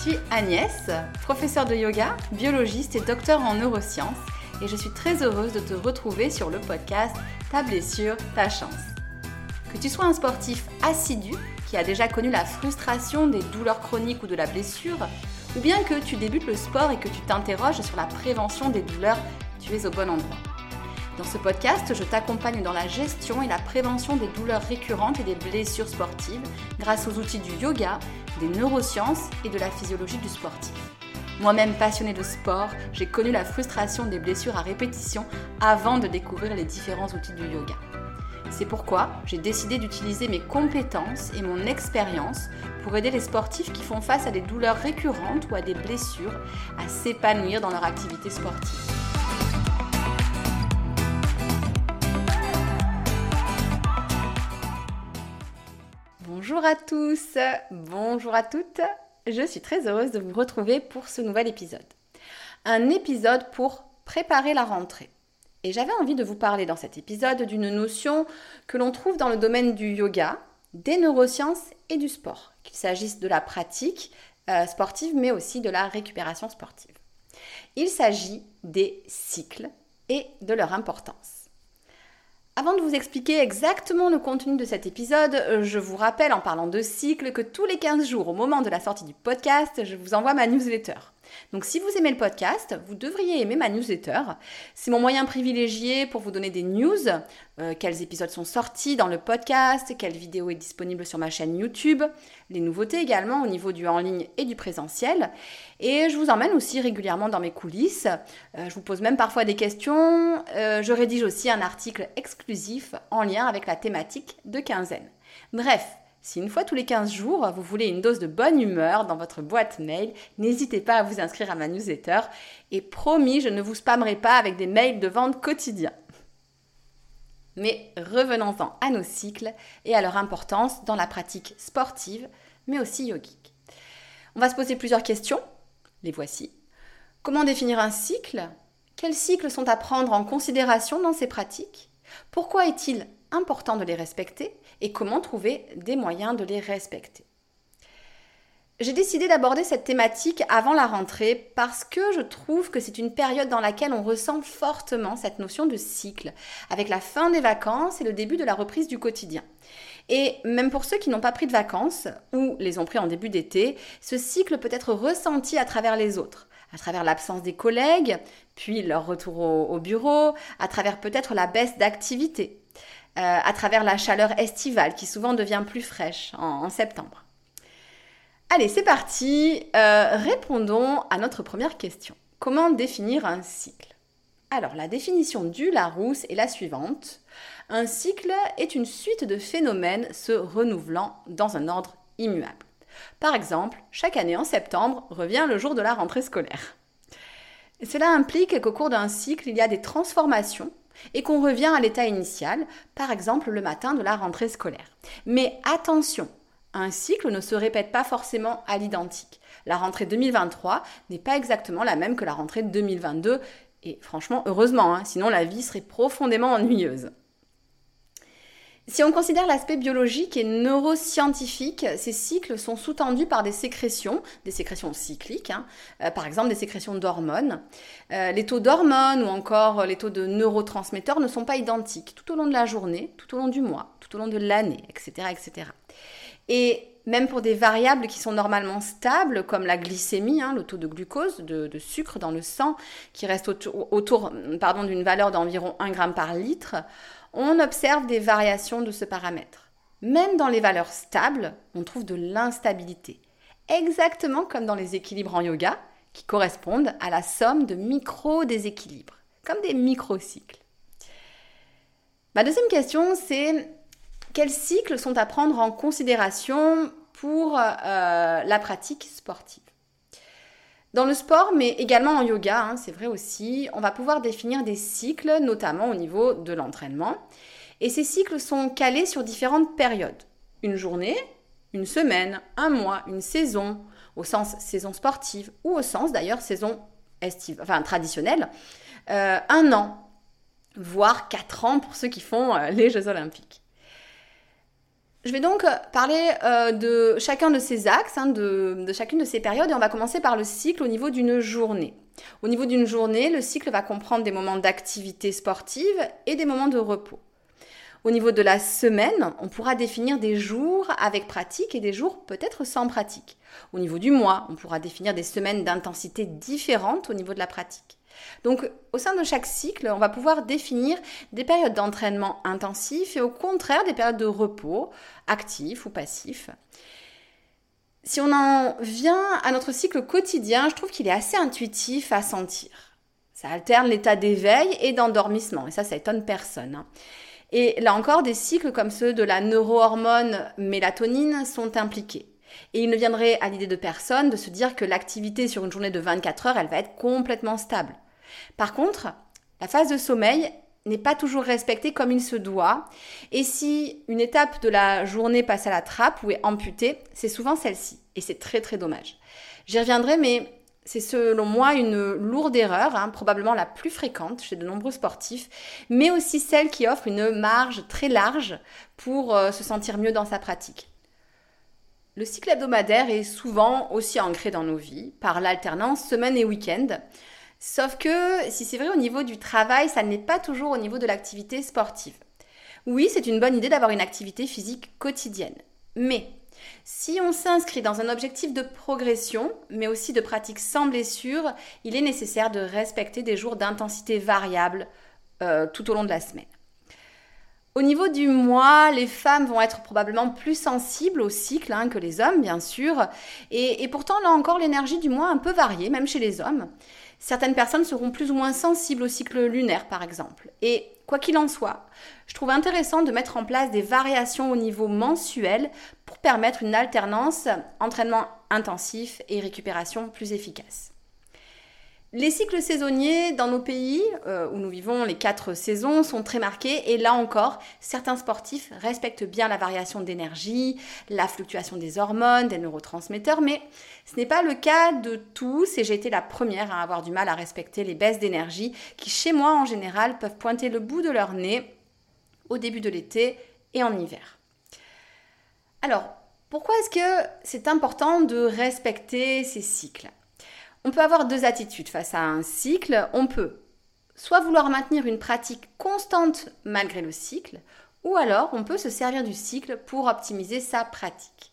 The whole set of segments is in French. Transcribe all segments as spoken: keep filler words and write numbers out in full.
suis Agnès, professeure de yoga, biologiste et docteur en neurosciences, et je suis très heureuse de te retrouver sur le podcast Ta blessure, ta chance. Que tu sois un sportif assidu qui a déjà connu la frustration des douleurs chroniques ou de la blessure, ou bien que tu débutes le sport et que tu t'interroges sur la prévention des douleurs, tu es au bon endroit. Dans ce podcast, je t'accompagne dans la gestion et la prévention des douleurs récurrentes et des blessures sportives grâce aux outils du yoga, des neurosciences et de la physiologie du sportif. Moi-même passionnée de sport, j'ai connu la frustration des blessures à répétition avant de découvrir les différents outils du yoga. C'est pourquoi j'ai décidé d'utiliser mes compétences et mon expérience pour aider les sportifs qui font face à des douleurs récurrentes ou à des blessures à s'épanouir dans leur activité sportive. Bonjour à tous, bonjour à toutes, je suis très heureuse de vous retrouver pour ce nouvel épisode. Un épisode pour préparer la rentrée. Et j'avais envie de vous parler dans cet épisode d'une notion que l'on trouve dans le domaine du yoga, des neurosciences et du sport, qu'il s'agisse de la pratique euh, sportive mais aussi de la récupération sportive. Il s'agit des cycles et de leur importance. Avant de vous expliquer exactement le contenu de cet épisode, je vous rappelle en parlant de cycle que tous les quinze jours au moment de la sortie du podcast, je vous envoie ma newsletter. Donc si vous aimez le podcast, vous devriez aimer ma newsletter. C'est mon moyen privilégié pour vous donner des news, euh, quels épisodes sont sortis dans le podcast, quelle vidéo est disponible sur ma chaîne YouTube, les nouveautés également au niveau du en ligne et du présentiel. Et je vous emmène aussi régulièrement dans mes coulisses. Euh, je vous pose même parfois des questions. Euh, je rédige aussi un article exclusif en lien avec la thématique de quinzaine. Bref, si une fois tous les quinze jours, vous voulez une dose de bonne humeur dans votre boîte mail, n'hésitez pas à vous inscrire à ma newsletter. Et promis, je ne vous spammerai pas avec des mails de vente quotidiens. Mais revenons-en à nos cycles et à leur importance dans la pratique sportive, mais aussi yogique. On va se poser plusieurs questions. Les voici. Comment définir un cycle ? Quels cycles sont à prendre en considération dans ces pratiques ? Pourquoi est-il important de les respecter et comment trouver des moyens de les respecter. J'ai décidé d'aborder cette thématique avant la rentrée parce que je trouve que c'est une période dans laquelle on ressent fortement cette notion de cycle, avec la fin des vacances et le début de la reprise du quotidien. Et même pour ceux qui n'ont pas pris de vacances ou les ont pris en début d'été, ce cycle peut être ressenti à travers les autres, à travers l'absence des collègues, puis leur retour au, au bureau, à travers peut-être la baisse d'activité. Euh, à travers la chaleur estivale qui souvent devient plus fraîche en, en septembre. Allez, c'est parti. Euh, répondons à notre première question. Comment définir un cycle ? Alors, la définition du Larousse est la suivante. Un cycle est une suite de phénomènes se renouvelant dans un ordre immuable. Par exemple, chaque année en septembre revient le jour de la rentrée scolaire. Cela implique qu'au cours d'un cycle, il y a des transformations et qu'on revient à l'état initial, par exemple le matin de la rentrée scolaire. Mais attention, un cycle ne se répète pas forcément à l'identique. La rentrée deux mille vingt-trois n'est pas exactement la même que la rentrée deux mille vingt-deux, et franchement, heureusement, hein, sinon la vie serait profondément ennuyeuse. Si on considère l'aspect biologique et neuroscientifique, ces cycles sont sous-tendus par des sécrétions, des sécrétions cycliques, hein, euh, par exemple des sécrétions d'hormones. Euh, les taux d'hormones ou encore les taux de neurotransmetteurs ne sont pas identiques tout au long de la journée, tout au long du mois, tout au long de l'année, et cetera, et cetera. Et même pour des variables qui sont normalement stables, comme la glycémie, hein, le taux de glucose, de, de sucre dans le sang, qui reste autour, autour pardon, d'une valeur d'environ un gramme par litre, on observe des variations de ce paramètre. Même dans les valeurs stables, on trouve de l'instabilité. Exactement comme dans les équilibres en yoga, qui correspondent à la somme de micro-déséquilibres, comme des microcycles. Ma deuxième question, c'est quels cycles sont à prendre en considération pour euh, la pratique sportive ? Dans le sport, mais également en yoga, hein, c'est vrai aussi, on va pouvoir définir des cycles, notamment au niveau de l'entraînement. Et ces cycles sont calés sur différentes périodes. Une journée, une semaine, un mois, une saison, au sens saison sportive, ou au sens d'ailleurs saison estive, enfin traditionnelle, euh, un an, voire quatre ans pour ceux qui font euh, les Jeux Olympiques. Je vais donc parler euh, de chacun de ces axes, hein, de, de chacune de ces périodes, et on va commencer par le cycle au niveau d'une journée. Au niveau d'une journée, le cycle va comprendre des moments d'activité sportive et des moments de repos. Au niveau de la semaine, on pourra définir des jours avec pratique et des jours peut-être sans pratique. Au niveau du mois, on pourra définir des semaines d'intensité différentes au niveau de la pratique. Donc, au sein de chaque cycle, on va pouvoir définir des périodes d'entraînement intensif et au contraire des périodes de repos, actifs ou passifs. Si on en vient à notre cycle quotidien, je trouve qu'il est assez intuitif à sentir. Ça alterne l'état d'éveil et d'endormissement, et ça, ça étonne personne, hein. Et là encore, des cycles comme ceux de la neurohormone mélatonine sont impliqués. Et il ne viendrait à l'idée de personne de se dire que l'activité sur une journée de vingt-quatre heures, elle va être complètement stable. Par contre, la phase de sommeil n'est pas toujours respectée comme il se doit. Et si une étape de la journée passe à la trappe ou est amputée, c'est souvent celle-ci. Et c'est très très dommage. J'y reviendrai, mais c'est selon moi une lourde erreur, hein, probablement la plus fréquente chez de nombreux sportifs, mais aussi celle qui offre une marge très large pour euh, se sentir mieux dans sa pratique. Le cycle hebdomadaire est souvent aussi ancré dans nos vies par l'alternance semaine et week-end. Sauf que si c'est vrai au niveau du travail, ça n'est pas toujours au niveau de l'activité sportive. Oui, c'est une bonne idée d'avoir une activité physique quotidienne. Mais si on s'inscrit dans un objectif de progression, mais aussi de pratique sans blessure, il est nécessaire de respecter des jours d'intensité variable euh, tout au long de la semaine. Au niveau du mois, les femmes vont être probablement plus sensibles au cycle hein, que les hommes, bien sûr. Et, et pourtant, là encore, l'énergie du mois est un peu variée, même chez les hommes. Certaines personnes seront plus ou moins sensibles au cycle lunaire, par exemple. Et quoi qu'il en soit, je trouve intéressant de mettre en place des variations au niveau mensuel pour permettre une alternance entraînement intensif et récupération plus efficace. Les cycles saisonniers dans nos pays euh, où nous vivons les quatre saisons sont très marqués et là encore, certains sportifs respectent bien la variation d'énergie, la fluctuation des hormones, des neurotransmetteurs, mais ce n'est pas le cas de tous et j'ai été la première à avoir du mal à respecter les baisses d'énergie qui, chez moi en général, peuvent pointer le bout de leur nez au début de l'été et en hiver. Alors, pourquoi est-ce que c'est important de respecter ces cycles ? On peut avoir deux attitudes face à un cycle. On peut soit vouloir maintenir une pratique constante malgré le cycle, ou alors on peut se servir du cycle pour optimiser sa pratique.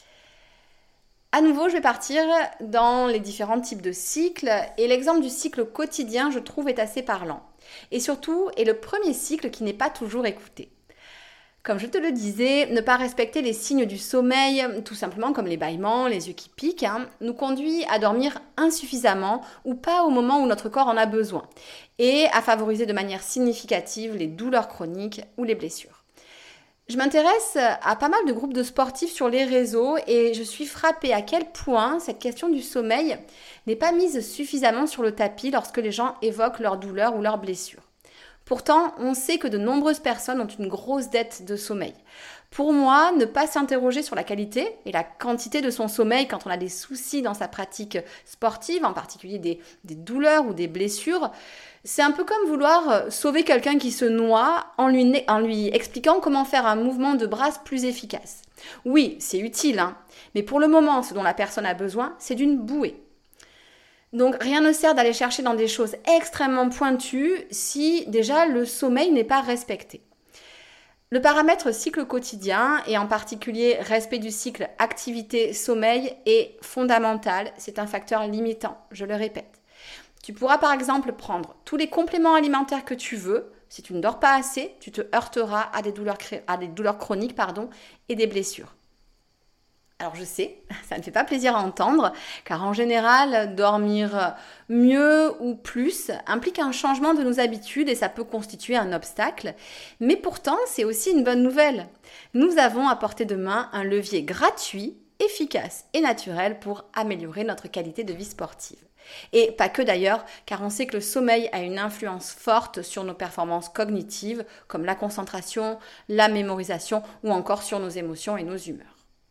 À nouveau, je vais partir dans les différents types de cycles et l'exemple du cycle quotidien, je trouve, est assez parlant. Et surtout, est le premier cycle qui n'est pas toujours écouté. Comme je te le disais, ne pas respecter les signes du sommeil, tout simplement comme les bâillements, les yeux qui piquent, hein, nous conduit à dormir insuffisamment ou pas au moment où notre corps en a besoin et à favoriser de manière significative les douleurs chroniques ou les blessures. Je m'intéresse à pas mal de groupes de sportifs sur les réseaux et je suis frappée à quel point cette question du sommeil n'est pas mise suffisamment sur le tapis lorsque les gens évoquent leurs douleurs ou leurs blessures. Pourtant, on sait que de nombreuses personnes ont une grosse dette de sommeil. Pour moi, ne pas s'interroger sur la qualité et la quantité de son sommeil quand on a des soucis dans sa pratique sportive, en particulier des, des douleurs ou des blessures, c'est un peu comme vouloir sauver quelqu'un qui se noie en lui, en lui expliquant comment faire un mouvement de bras plus efficace. Oui, c'est utile, hein, mais pour le moment, ce dont la personne a besoin, c'est d'une bouée. Donc rien ne sert d'aller chercher dans des choses extrêmement pointues si déjà le sommeil n'est pas respecté. Le paramètre cycle quotidien et en particulier respect du cycle activité-sommeil est fondamental, c'est un facteur limitant, je le répète. Tu pourras par exemple prendre tous les compléments alimentaires que tu veux, si tu ne dors pas assez, tu te heurteras à des douleurs, à des douleurs chroniques pardon, et des blessures. Alors je sais, ça ne fait pas plaisir à entendre, car en général, dormir mieux ou plus implique un changement de nos habitudes et ça peut constituer un obstacle. Mais pourtant, c'est aussi une bonne nouvelle. Nous avons à portée de main un levier gratuit, efficace et naturel pour améliorer notre qualité de vie sportive. Et pas que d'ailleurs, car on sait que le sommeil a une influence forte sur nos performances cognitives, comme la concentration, la mémorisation ou encore sur nos émotions et nos humeurs.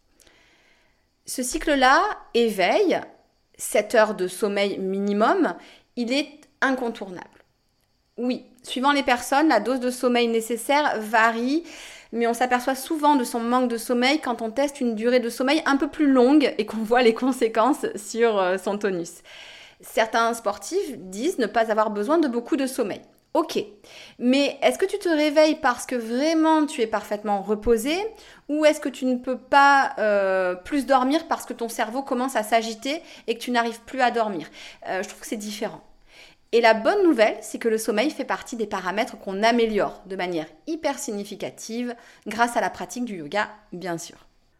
Ce cycle-là, éveil, sept heures de sommeil minimum, il est incontournable. Oui, suivant les personnes, la dose de sommeil nécessaire varie, mais on s'aperçoit souvent de son manque de sommeil quand on teste une durée de sommeil un peu plus longue et qu'on voit les conséquences sur son tonus. Certains sportifs disent ne pas avoir besoin de beaucoup de sommeil. Ok, mais est-ce que tu te réveilles parce que vraiment tu es parfaitement reposé ou est-ce que tu ne peux pas euh, plus dormir parce que ton cerveau commence à s'agiter et que tu n'arrives plus à dormir? euh, Je trouve que c'est différent. Et la bonne nouvelle, c'est que le sommeil fait partie des paramètres qu'on améliore de manière hyper significative grâce à la pratique du yoga, bien sûr.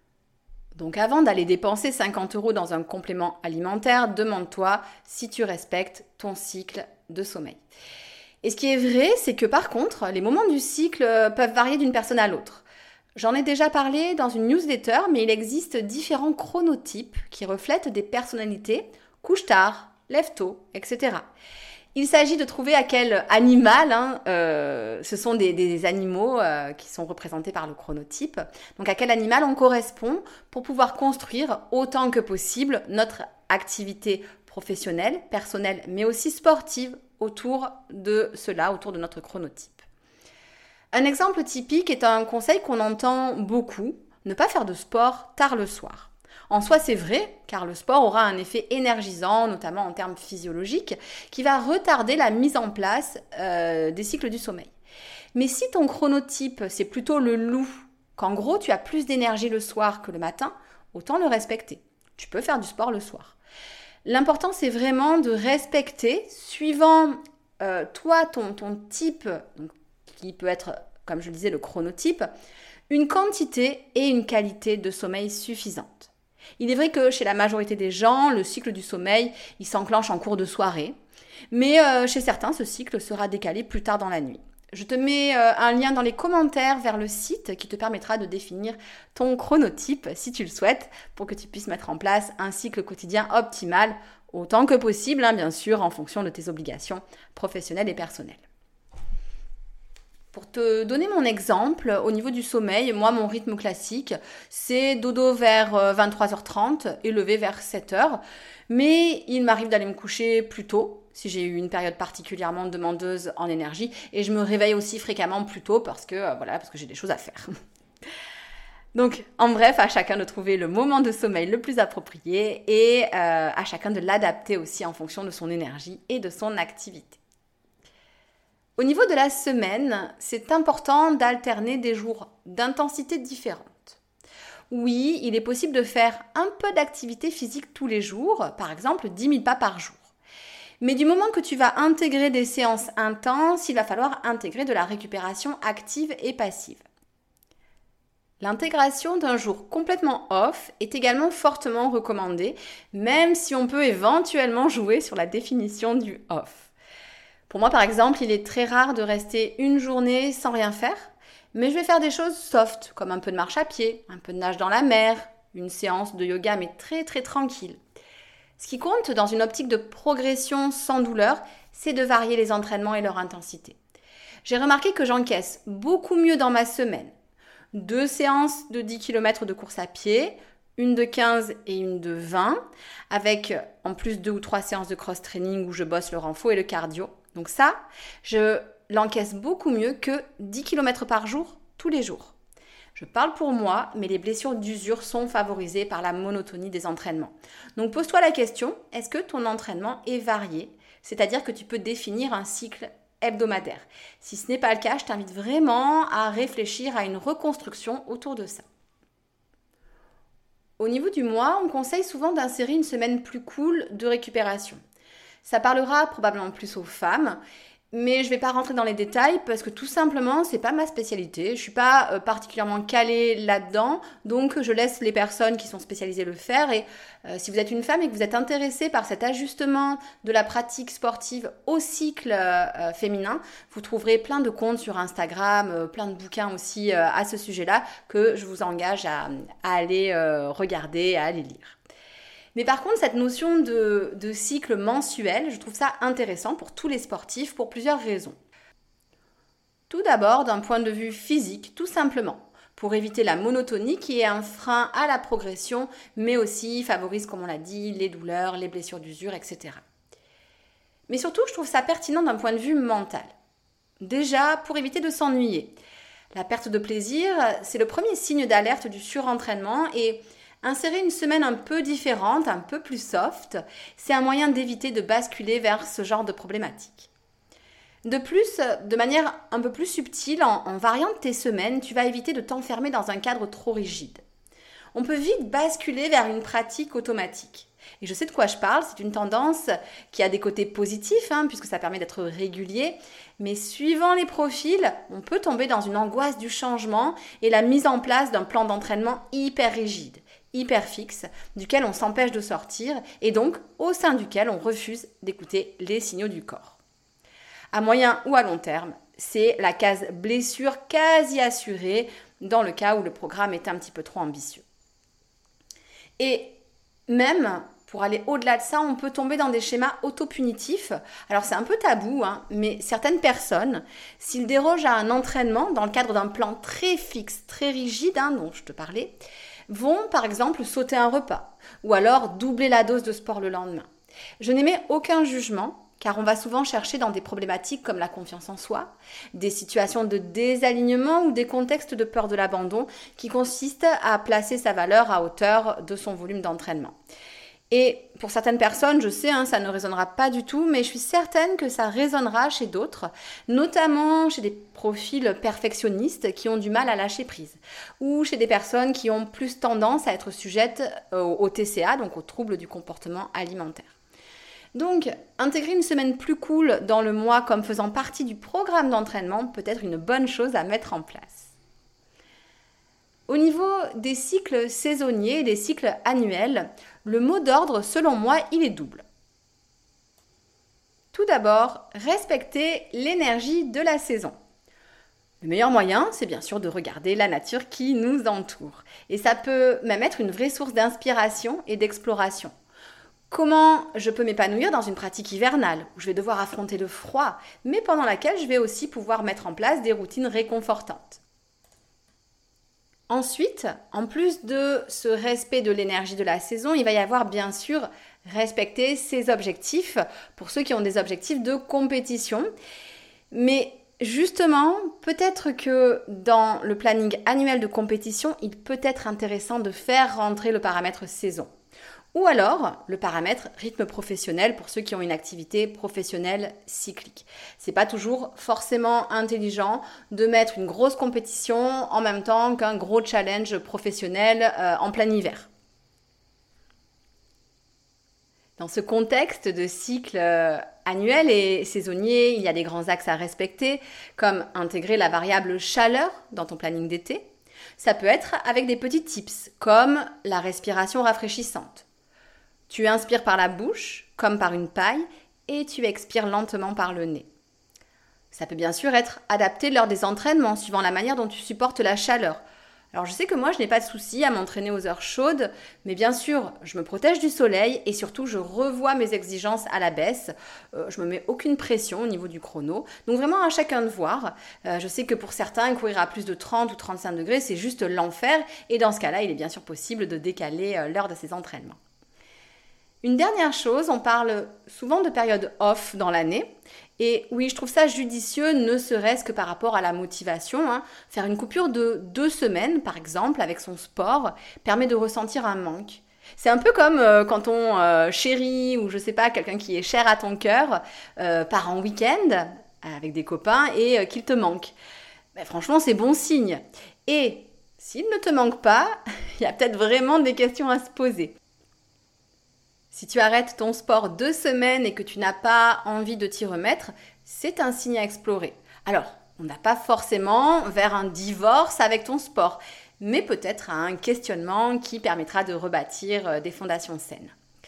Donc avant d'aller dépenser cinquante euros dans un complément alimentaire, demande-toi si tu respectes ton cycle de sommeil. Et ce qui est vrai, c'est que par contre, les moments du cycle peuvent varier d'une personne à l'autre. J'en ai déjà parlé dans une newsletter, mais il existe différents chronotypes qui reflètent des personnalités, couche tard, lève tôt, et cetera. Il s'agit de trouver à quel animal, hein, euh, ce sont des, des animaux euh, qui sont représentés par le chronotype, donc à quel animal on correspond pour pouvoir construire autant que possible notre activité professionnelle, personnelle, mais aussi sportive autour de cela, autour de notre chronotype. Un exemple typique est un conseil qu'on entend beaucoup, ne pas faire de sport tard le soir. En soi, c'est vrai, car le sport aura un effet énergisant, notamment en termes physiologiques, qui va retarder la mise en place euh, des cycles du sommeil. Mais si ton chronotype, c'est plutôt le loup, qu'en gros, tu as plus d'énergie le soir que le matin, autant le respecter. Tu peux faire du sport le soir. L'important, c'est vraiment de respecter, suivant euh, toi, ton, ton type, donc, qui peut être, comme je le disais, le chronotype, une quantité et une qualité de sommeil suffisante. Il est vrai que chez la majorité des gens, le cycle du sommeil, il s'enclenche en cours de soirée, mais euh, chez certains, ce cycle sera décalé plus tard dans la nuit. Je te mets euh, un lien dans les commentaires vers le site qui te permettra de définir ton chronotype si tu le souhaites pour que tu puisses mettre en place un cycle quotidien optimal autant que possible, hein, bien sûr, en fonction de tes obligations professionnelles et personnelles. Pour te donner mon exemple, au niveau du sommeil, moi, mon rythme classique, c'est dodo vers vingt-trois heures trente et lever vers sept heures. Mais il m'arrive d'aller me coucher plus tôt, si j'ai eu une période particulièrement demandeuse en énergie. Et je me réveille aussi fréquemment plus tôt parce que, euh, voilà, parce que j'ai des choses à faire. Donc, en bref, à chacun de trouver le moment de sommeil le plus approprié et euh, à chacun de l'adapter aussi en fonction de son énergie et de son activité. Au niveau de la semaine, c'est important d'alterner des jours d'intensité différente. Oui, il est possible de faire un peu d'activité physique tous les jours, par exemple dix mille pas par jour. Mais du moment que tu vas intégrer des séances intenses, il va falloir intégrer de la récupération active et passive. L'intégration d'un jour complètement off est également fortement recommandée, même si on peut éventuellement jouer sur la définition du off. Pour moi, par exemple, il est très rare de rester une journée sans rien faire, mais je vais faire des choses soft, comme un peu de marche à pied, un peu de nage dans la mer, une séance de yoga, mais très très tranquille. Ce qui compte dans une optique de progression sans douleur, c'est de varier les entraînements et leur intensité. J'ai remarqué que j'encaisse beaucoup mieux dans ma semaine. Deux séances de dix kilomètres de course à pied, une de quinze et une de vingt, avec en plus deux ou trois séances de cross-training où je bosse le renfort et le cardio. Donc ça, je l'encaisse beaucoup mieux que dix kilomètres par jour, tous les jours. Je parle pour moi, mais les blessures d'usure sont favorisées par la monotonie des entraînements. Donc pose-toi la question, est-ce que ton entraînement est varié? C'est-à-dire que tu peux définir un cycle hebdomadaire. Si ce n'est pas le cas, je t'invite vraiment à réfléchir à une reconstruction autour de ça. Au niveau du mois, on conseille souvent d'insérer une semaine plus cool de récupération. Ça parlera probablement plus aux femmes, mais je ne vais pas rentrer dans les détails parce que tout simplement, ce n'est pas ma spécialité. Je ne suis pas euh, particulièrement calée là-dedans, donc je laisse les personnes qui sont spécialisées le faire. Et euh, si vous êtes une femme et que vous êtes intéressée par cet ajustement de la pratique sportive au cycle euh, féminin, vous trouverez plein de comptes sur Instagram, euh, plein de bouquins aussi euh, à ce sujet-là que je vous engage à, à aller euh, regarder, à aller lire. Mais par contre, cette notion de, de cycle mensuel, je trouve ça intéressant pour tous les sportifs pour plusieurs raisons. Tout d'abord, d'un point de vue physique, tout simplement, pour éviter la monotonie qui est un frein à la progression, mais aussi favorise, comme on l'a dit, les douleurs, les blessures d'usure, et cetera. Mais surtout, je trouve ça pertinent d'un point de vue mental. Déjà, pour éviter de s'ennuyer. La perte de plaisir, c'est le premier signe d'alerte du surentraînement et insérer une semaine un peu différente, un peu plus soft, c'est un moyen d'éviter de basculer vers ce genre de problématique. De plus, de manière un peu plus subtile, en, en variant tes semaines, tu vas éviter de t'enfermer dans un cadre trop rigide. On peut vite basculer vers une pratique automatique. Et je sais de quoi je parle, c'est une tendance qui a des côtés positifs, hein, puisque ça permet d'être régulier, mais suivant les profils, on peut tomber dans une angoisse du changement et la mise en place d'un plan d'entraînement hyper rigide, hyper fixe, duquel on s'empêche de sortir et donc au sein duquel on refuse d'écouter les signaux du corps. À moyen ou à long terme, c'est la case blessure quasi assurée dans le cas où le programme est un petit peu trop ambitieux. Et même, pour aller au-delà de ça, on peut tomber dans des schémas autopunitifs. Alors c'est un peu tabou, hein, mais certaines personnes, s'ils dérogent à un entraînement dans le cadre d'un plan très fixe, très rigide, hein, dont je te parlais, vont par exemple sauter un repas ou alors doubler la dose de sport le lendemain. Je n'émets aucun jugement, car on va souvent chercher dans des problématiques comme la confiance en soi, des situations de désalignement ou des contextes de peur de l'abandon qui consistent à placer sa valeur à hauteur de son volume d'entraînement. Et pour certaines personnes, je sais, hein, ça ne résonnera pas du tout, mais je suis certaine que ça résonnera chez d'autres, notamment chez des profils perfectionnistes qui ont du mal à lâcher prise, ou chez des personnes qui ont plus tendance à être sujettes au T C A, donc aux troubles du comportement alimentaire. Donc, intégrer une semaine plus cool dans le mois comme faisant partie du programme d'entraînement peut être une bonne chose à mettre en place. Au niveau des cycles saisonniers et des cycles annuels, le mot d'ordre, selon moi, il est double. Tout d'abord, respecter l'énergie de la saison. Le meilleur moyen, c'est bien sûr de regarder la nature qui nous entoure. Et ça peut même être une vraie source d'inspiration et d'exploration. Comment je peux m'épanouir dans une pratique hivernale où je vais devoir affronter le froid, mais pendant laquelle je vais aussi pouvoir mettre en place des routines réconfortantes. Ensuite, en plus de ce respect de l'énergie de la saison, il va y avoir bien sûr respecter ses objectifs pour ceux qui ont des objectifs de compétition. Mais justement, peut-être que dans le planning annuel de compétition, il peut être intéressant de faire rentrer le paramètre saison. Ou alors, le paramètre rythme professionnel pour ceux qui ont une activité professionnelle cyclique. C'est pas toujours forcément intelligent de mettre une grosse compétition en même temps qu'un gros challenge professionnel euh, en plein hiver. Dans ce contexte de cycle euh, annuel et saisonnier, il y a des grands axes à respecter, comme intégrer la variable chaleur dans ton planning d'été. Ça peut être avec des petits tips, comme la respiration rafraîchissante. Tu inspires par la bouche, comme par une paille, et tu expires lentement par le nez. Ça peut bien sûr être adapté lors des entraînements, suivant la manière dont tu supportes la chaleur. Alors je sais que moi, je n'ai pas de souci à m'entraîner aux heures chaudes, mais bien sûr, je me protège du soleil et surtout, je revois mes exigences à la baisse. Euh, je me mets aucune pression au niveau du chrono. Donc vraiment, à chacun de voir. Euh, je sais que pour certains, courir à plus de trente ou trente-cinq degrés, c'est juste l'enfer. Et dans ce cas-là, il est bien sûr possible de décaler euh, l'heure de ces entraînements. Une dernière chose, on parle souvent de période off dans l'année. Et oui, je trouve ça judicieux, ne serait-ce que par rapport à la motivation. Hein. Faire une coupure de deux semaines, par exemple, avec son sport, permet de ressentir un manque. C'est un peu comme euh, quand ton euh, chéri ou je sais pas, quelqu'un qui est cher à ton cœur euh, part en week-end avec des copains et euh, qu'il te manque. Ben, franchement, c'est bon signe. Et s'il ne te manque pas, il y a peut-être vraiment des questions à se poser. Si tu arrêtes ton sport deux semaines et que tu n'as pas envie de t'y remettre, c'est un signe à explorer. Alors, on n'a pas forcément vers un divorce avec ton sport, mais peut-être un questionnement qui permettra de rebâtir des fondations saines.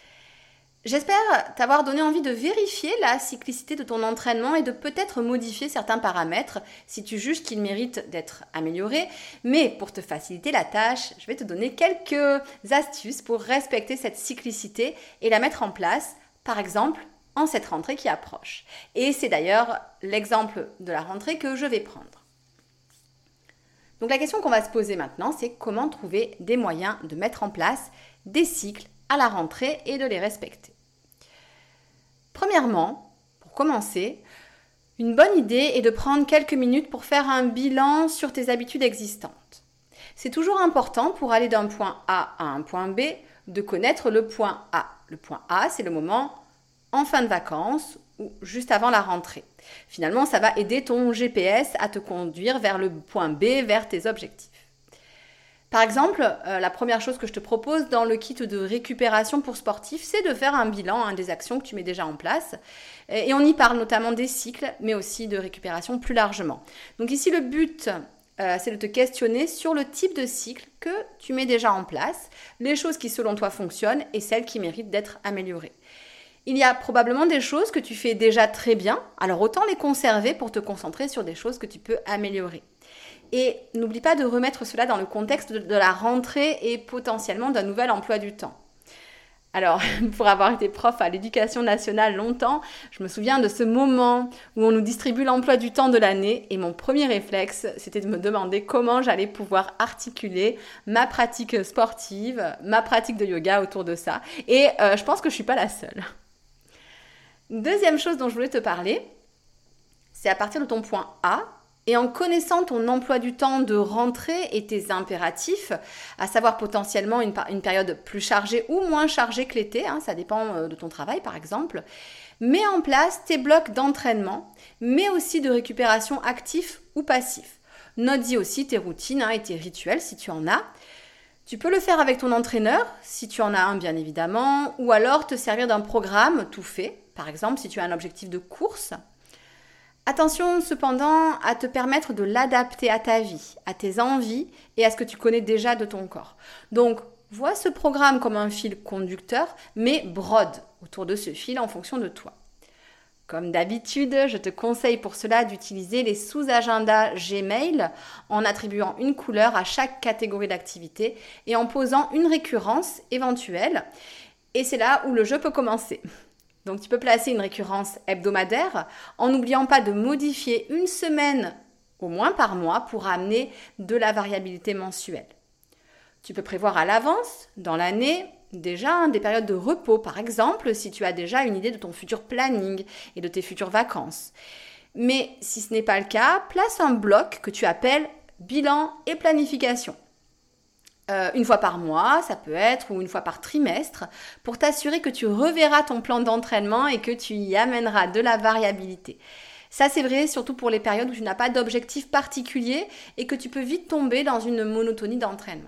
J'espère t'avoir donné envie de vérifier la cyclicité de ton entraînement et de peut-être modifier certains paramètres si tu juges qu'ils méritent d'être améliorés. Mais pour te faciliter la tâche, je vais te donner quelques astuces pour respecter cette cyclicité et la mettre en place, par exemple, en cette rentrée qui approche. Et c'est d'ailleurs l'exemple de la rentrée que je vais prendre. Donc la question qu'on va se poser maintenant, c'est comment trouver des moyens de mettre en place des cycles à la rentrée et de les respecter. Premièrement, pour commencer, Une bonne idée est de prendre quelques minutes pour faire un bilan sur tes habitudes existantes. C'est toujours important pour aller d'un point A à un point B de connaître le point A. Le point A, c'est le moment en fin de vacances ou juste avant la rentrée. Finalement, ça va aider ton G P S à te conduire vers le point B, vers tes objectifs. Par exemple, euh, la première chose que je te propose dans le kit de récupération pour sportifs, c'est de faire un bilan hein, des actions que tu mets déjà en place. Et on y parle notamment des cycles, mais aussi de récupération plus largement. Donc ici, le but, euh, c'est de te questionner sur le type de cycle que tu mets déjà en place, les choses qui selon toi fonctionnent et celles qui méritent d'être améliorées. Il y a probablement des choses que tu fais déjà très bien, alors autant les conserver pour te concentrer sur des choses que tu peux améliorer. Et n'oublie pas de remettre cela dans le contexte de la rentrée et potentiellement d'un nouvel emploi du temps. Alors, pour avoir été prof à l'éducation nationale longtemps, je me souviens de ce moment où on nous distribue l'emploi du temps de l'année et mon premier réflexe, c'était de me demander comment j'allais pouvoir articuler ma pratique sportive, ma pratique de yoga autour de ça. Et euh, je pense que je ne suis pas la seule. Deuxième chose dont je voulais te parler, c'est à partir de ton point A, et en connaissant ton emploi du temps de rentrée et tes impératifs, à savoir potentiellement une, une période plus chargée ou moins chargée que l'été, hein, ça dépend de ton travail par exemple, mets en place tes blocs d'entraînement, mais aussi de récupération actifs ou passifs. Note-y aussi tes routines hein, et tes rituels si tu en as. Tu peux le faire avec ton entraîneur, si tu en as un bien évidemment, ou alors te servir d'un programme tout fait, par exemple si tu as un objectif de course. Attention cependant à te permettre de l'adapter à ta vie, à tes envies et à ce que tu connais déjà de ton corps. Donc, vois ce programme comme un fil conducteur, mais brode autour de ce fil en fonction de toi. Comme d'habitude, je te conseille pour cela d'utiliser les sous-agendas Gmail en attribuant une couleur à chaque catégorie d'activité et en posant une récurrence éventuelle. Et c'est là où le jeu peut commencer. Donc tu peux placer une récurrence hebdomadaire en n'oubliant pas de modifier une semaine au moins par mois pour amener de la variabilité mensuelle. Tu peux prévoir à l'avance, dans l'année, déjà des périodes de repos par exemple si tu as déjà une idée de ton futur planning et de tes futures vacances. Mais si ce n'est pas le cas, place un bloc que tu appelles bilan et planification. Euh, une fois par mois, ça peut être, ou une fois par trimestre, pour t'assurer que tu reverras ton plan d'entraînement et que tu y amèneras de la variabilité. Ça, c'est vrai surtout pour les périodes où tu n'as pas d'objectif particulier et que tu peux vite tomber dans une monotonie d'entraînement.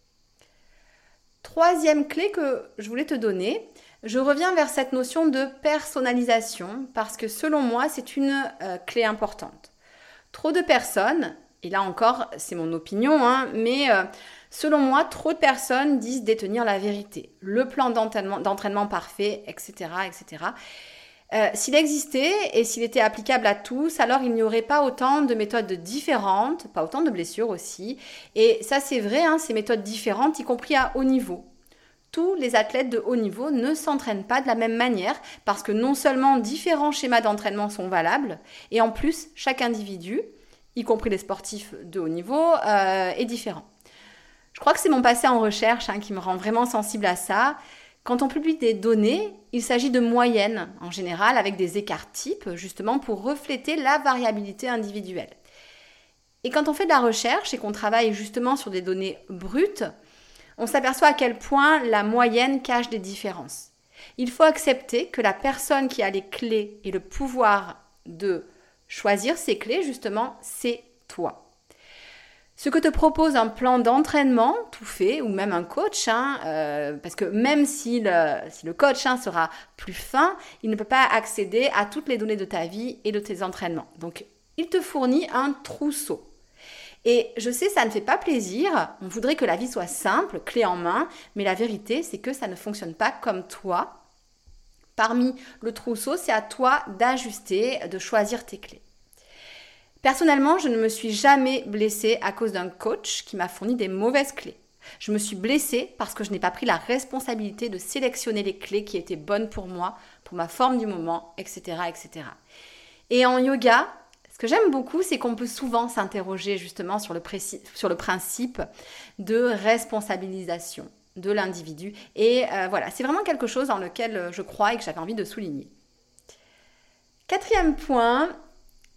Troisième clé que je voulais te donner, je reviens vers cette notion de personnalisation parce que selon moi, c'est une euh, clé importante. Trop de personnes, et là encore, c'est mon opinion, hein, mais euh, selon moi, trop de personnes disent détenir la vérité, le plan d'entraînement, d'entraînement parfait, et cetera, et cetera. Euh, s'il existait et s'il était applicable à tous, alors il n'y aurait pas autant de méthodes différentes, pas autant de blessures aussi. Et ça, c'est vrai, hein, ces méthodes différentes, y compris à haut niveau. Tous les athlètes de haut niveau ne s'entraînent pas de la même manière parce que non seulement différents schémas d'entraînement sont valables, et en plus, chaque individu, y compris les sportifs de haut niveau, euh, est différent. Je crois que c'est mon passé en recherche hein, qui me rend vraiment sensible à ça. Quand on publie des données, il s'agit de moyennes en général avec des écarts types justement pour refléter la variabilité individuelle. Et quand on fait de la recherche et qu'on travaille justement sur des données brutes, on s'aperçoit à quel point la moyenne cache des différences. Il faut accepter que la personne qui a les clés et le pouvoir de choisir ces clés, justement, c'est toi. Ce que te propose un plan d'entraînement tout fait, ou même un coach, hein, euh, parce que même si le, si le coach hein, sera plus fin, il ne peut pas accéder à toutes les données de ta vie et de tes entraînements. Donc, il te fournit un trousseau. Et je sais, ça ne fait pas plaisir, on voudrait que la vie soit simple, clé en main, mais la vérité, c'est que ça ne fonctionne pas comme toi. Parmi le trousseau, c'est à toi d'ajuster, de choisir tes clés. Personnellement, je ne me suis jamais blessée à cause d'un coach qui m'a fourni des mauvaises clés. Je me suis blessée parce que je n'ai pas pris la responsabilité de sélectionner les clés qui étaient bonnes pour moi, pour ma forme du moment, et cetera, et cetera. Et en yoga, ce que j'aime beaucoup, c'est qu'on peut souvent s'interroger justement sur le, précis, sur le principe de responsabilisation de l'individu. Et euh, voilà, c'est vraiment quelque chose dans lequel je crois et que j'avais envie de souligner. Quatrième point,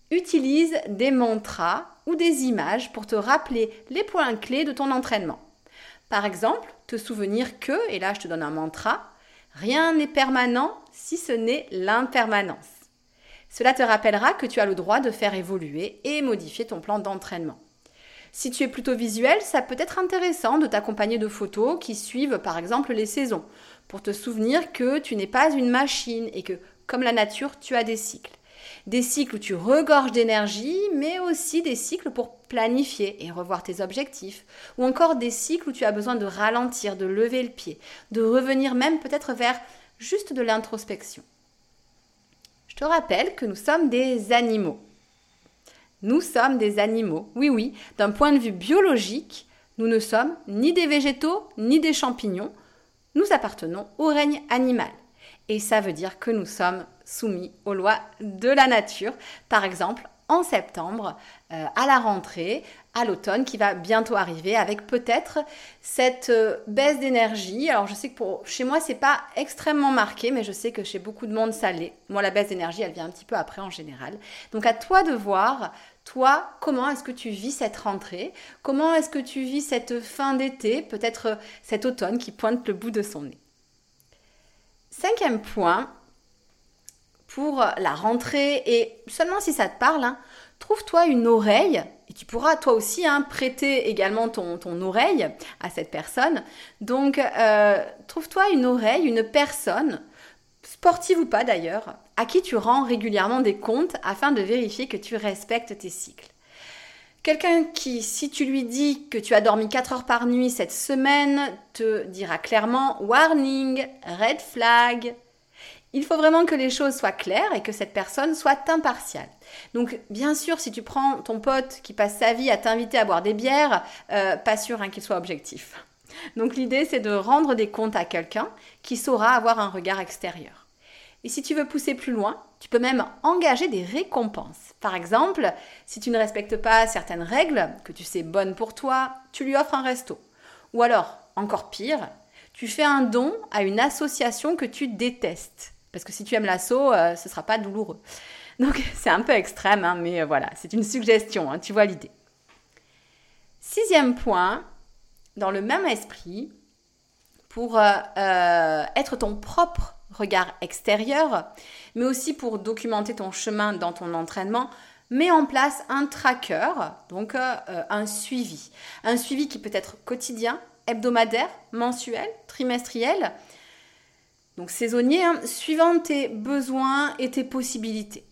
Utilise des mantras ou des images pour te rappeler les points clés de ton entraînement. Par exemple, te souvenir que, et là je te donne un mantra, rien n'est permanent si ce n'est l'impermanence. Cela te rappellera que tu as le droit de faire évoluer et modifier ton plan d'entraînement. Si tu es plutôt visuel, ça peut être intéressant de t'accompagner de photos qui suivent par exemple les saisons, pour te souvenir que tu n'es pas une machine et que, comme la nature, tu as des cycles. Des cycles où tu regorges d'énergie, mais aussi des cycles pour planifier et revoir tes objectifs. Ou encore des cycles où tu as besoin de ralentir, de lever le pied, de revenir même peut-être vers juste de l'introspection. Je te rappelle que nous sommes des animaux. Nous sommes des animaux, oui oui, d'un point de vue biologique, nous ne sommes ni des végétaux ni des champignons, nous appartenons au règne animal. Et ça veut dire que nous sommes soumis aux lois de la nature. Par exemple, en septembre, euh, à la rentrée, à l'automne qui va bientôt arriver avec peut-être cette euh, baisse d'énergie. Alors je sais que pour, chez moi, c'est pas extrêmement marqué, mais je sais que chez beaucoup de monde, ça l'est. Moi, la baisse d'énergie, elle vient un petit peu après en général. Donc à toi de voir, toi, comment est-ce que tu vis cette rentrée? Comment est-ce que tu vis cette fin d'été, peut-être euh, cet automne qui pointe le bout de son nez? Cinquième point, pour la rentrée, et seulement si ça te parle, hein, trouve-toi une oreille, et tu pourras toi aussi hein, prêter également ton, ton oreille à cette personne. Donc, euh, trouve-toi une oreille, une personne, sportive ou pas d'ailleurs, à qui tu rends régulièrement des comptes afin de vérifier que tu respectes tes cycles. Quelqu'un qui, si tu lui dis que tu as dormi quatre heures par nuit cette semaine, te dira clairement « warning, red flag ». Il faut vraiment que les choses soient claires et que cette personne soit impartiale. Donc, bien sûr, si tu prends ton pote qui passe sa vie à t'inviter à boire des bières, euh, pas sûr hein, qu'il soit objectif. Donc, l'idée, c'est de rendre des comptes à quelqu'un qui saura avoir un regard extérieur. Et si tu veux pousser plus loin, tu peux même engager des récompenses. Par exemple, si tu ne respectes pas certaines règles que tu sais bonnes pour toi, tu lui offres un resto. Ou alors, encore pire, tu fais un don à une association que tu détestes. Parce que si tu aimes l'asso, euh, ce ne sera pas douloureux. Donc, c'est un peu extrême, hein, mais euh, voilà, c'est une suggestion, hein, tu vois l'idée. Sixième point, dans le même esprit, pour euh, euh, être ton propre regard extérieur, mais aussi pour documenter ton chemin dans ton entraînement, mets en place un tracker, donc euh, un suivi. Un suivi qui peut être quotidien, hebdomadaire, mensuel, trimestriel, donc saisonnier, hein, suivant tes besoins et tes possibilités.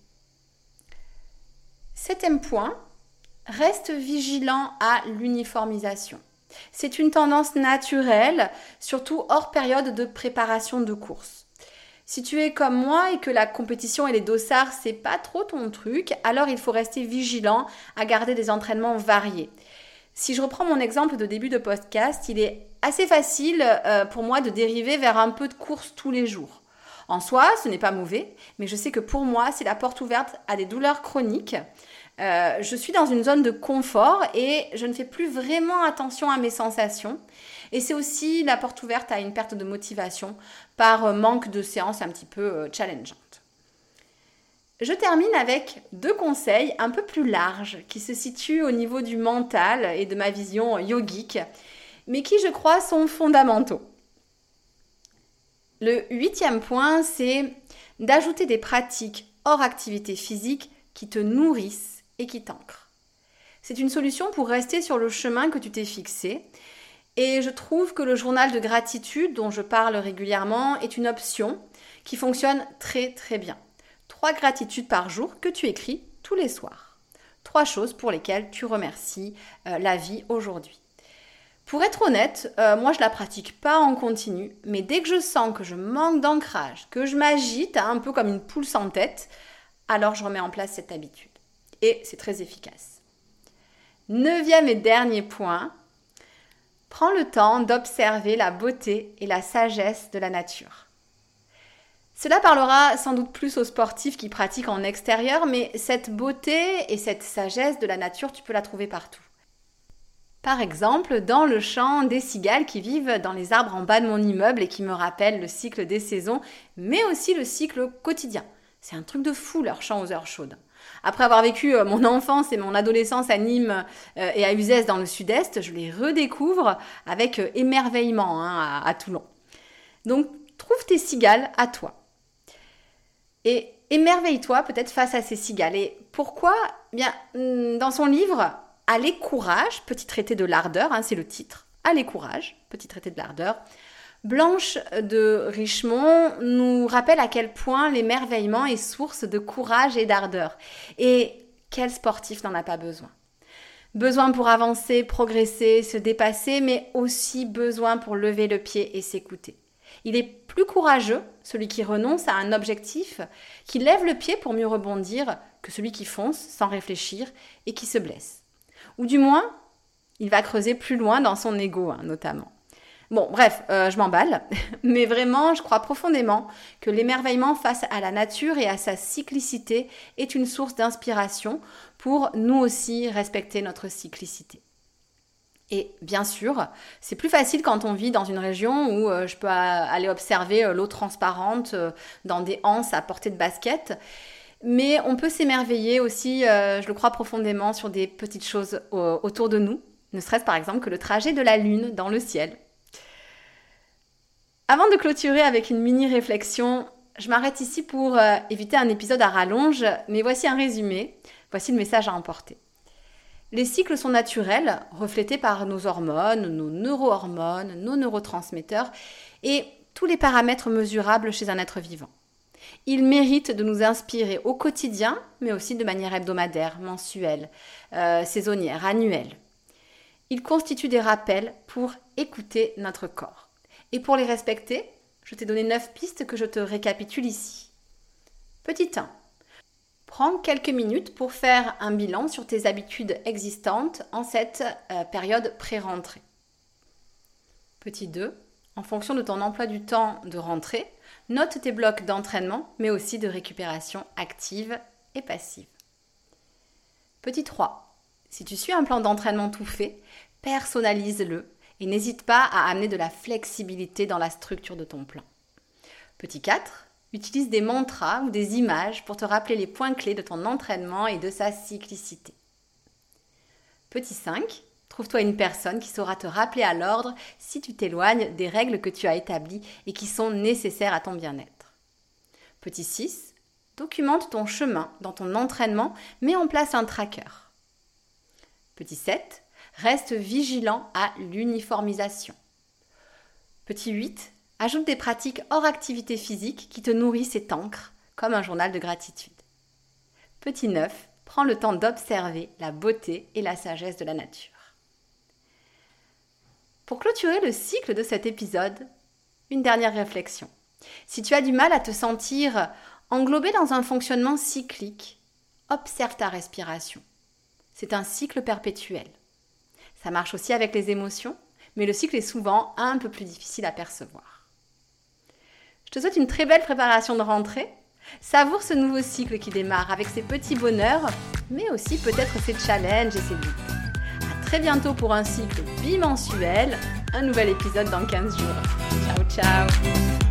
Septième point, reste vigilant à l'uniformisation. C'est une tendance naturelle, surtout hors période de préparation de course. Si tu es comme moi et que la compétition et les dossards, c'est pas trop ton truc, alors il faut rester vigilant à garder des entraînements variés. Si je reprends mon exemple de début de podcast, il est assez facile euh, pour moi de dériver vers un peu de course tous les jours. En soi, ce n'est pas mauvais, mais je sais que pour moi, c'est la porte ouverte à des douleurs chroniques. Euh, je suis dans une zone de confort et je ne fais plus vraiment attention à mes sensations. Et c'est aussi la porte ouverte à une perte de motivation par manque de séances un petit peu challengeantes. Je termine avec deux conseils un peu plus larges qui se situent au niveau du mental et de ma vision yogique, mais qui, je crois, sont fondamentaux. Le huitième point, c'est d'ajouter des pratiques hors activité physique qui te nourrissent et qui t'ancrent. C'est une solution pour rester sur le chemin que tu t'es fixé. Et je trouve que le journal de gratitude dont je parle régulièrement est une option qui fonctionne très très bien. Trois gratitudes par jour que tu écris tous les soirs. Trois choses pour lesquelles tu remercies euh, la vie aujourd'hui. Pour être honnête, euh, moi je la pratique pas en continu, mais dès que je sens que je manque d'ancrage, que je m'agite un peu comme une poule sans tête, alors je remets en place cette habitude. Et c'est très efficace. Neuvième et dernier point, prends le temps d'observer la beauté et la sagesse de la nature. Cela parlera sans doute plus aux sportifs qui pratiquent en extérieur, mais cette beauté et cette sagesse de la nature, tu peux la trouver partout. Par exemple, dans le chant des cigales qui vivent dans les arbres en bas de mon immeuble et qui me rappellent le cycle des saisons, mais aussi le cycle quotidien. C'est un truc de fou leur chant aux heures chaudes. Après avoir vécu euh, mon enfance et mon adolescence à Nîmes euh, et à Uzès dans le sud-est, je les redécouvre avec euh, émerveillement hein, à, à Toulon. Donc, trouve tes cigales à toi. Et émerveille-toi peut-être face à ces cigales. Et pourquoi ? Eh bien, dans son livre « Allez, courage », petit traité de l'ardeur, hein, c'est le titre. « Allez, courage », petit traité de l'ardeur. Blanche de Richemont nous rappelle à quel point l'émerveillement est source de courage et d'ardeur. Et quel sportif n'en a pas besoin ? Besoin pour avancer, progresser, se dépasser, mais aussi besoin pour lever le pied et s'écouter. Il est plus courageux, celui qui renonce à un objectif, qui lève le pied pour mieux rebondir, que celui qui fonce sans réfléchir et qui se blesse. Ou du moins, il va creuser plus loin dans son ego, hein, notamment. Bon, bref, euh, je m'emballe, mais vraiment, je crois profondément que l'émerveillement face à la nature et à sa cyclicité est une source d'inspiration pour nous aussi respecter notre cyclicité. Et bien sûr, c'est plus facile quand on vit dans une région où euh, je peux aller observer euh, l'eau transparente euh, dans des anses à portée de basket. Mais on peut s'émerveiller aussi, euh, je le crois profondément, sur des petites choses euh, autour de nous. Ne serait-ce par exemple que le trajet de la Lune dans le ciel. Avant de clôturer avec une mini-réflexion, je m'arrête ici pour euh, éviter un épisode à rallonge, mais voici un résumé, voici le message à emporter. Les cycles sont naturels, reflétés par nos hormones, nos neurohormones, nos neurotransmetteurs et tous les paramètres mesurables chez un être vivant. Ils méritent de nous inspirer au quotidien, mais aussi de manière hebdomadaire, mensuelle, euh, saisonnière, annuelle. Ils constituent des rappels pour écouter notre corps. Et pour les respecter, je t'ai donné neuf pistes que je te récapitule ici. Petit un. Prends quelques minutes pour faire un bilan sur tes habitudes existantes en cette euh, période pré-rentrée. Petit deux. En fonction de ton emploi du temps de rentrée, note tes blocs d'entraînement, mais aussi de récupération active et passive. Petit trois. Si tu suis un plan d'entraînement tout fait, personnalise-le et n'hésite pas à amener de la flexibilité dans la structure de ton plan. Petit quatre. Utilise des mantras ou des images pour te rappeler les points clés de ton entraînement et de sa cyclicité. Petit cinq. Trouve-toi une personne qui saura te rappeler à l'ordre si tu t'éloignes des règles que tu as établies et qui sont nécessaires à ton bien-être. Petit six. Documente ton chemin dans ton entraînement, mets en place un tracker. Petit sept. Reste vigilant à l'uniformisation. Petit huit. Ajoute des pratiques hors activité physique qui te nourrissent et t'ancrent, comme un journal de gratitude. Petit neuf. Prends le temps d'observer la beauté et la sagesse de la nature. Pour clôturer le cycle de cet épisode, une dernière réflexion. Si tu as du mal à te sentir englobé dans un fonctionnement cyclique, observe ta respiration. C'est un cycle perpétuel. Ça marche aussi avec les émotions, mais le cycle est souvent un peu plus difficile à percevoir. Je te souhaite une très belle préparation de rentrée. Savoure ce nouveau cycle qui démarre avec ses petits bonheurs, mais aussi peut-être ses challenges et ses doutes. À très bientôt pour un cycle bimensuel, un nouvel épisode dans quinze jours. Ciao, ciao!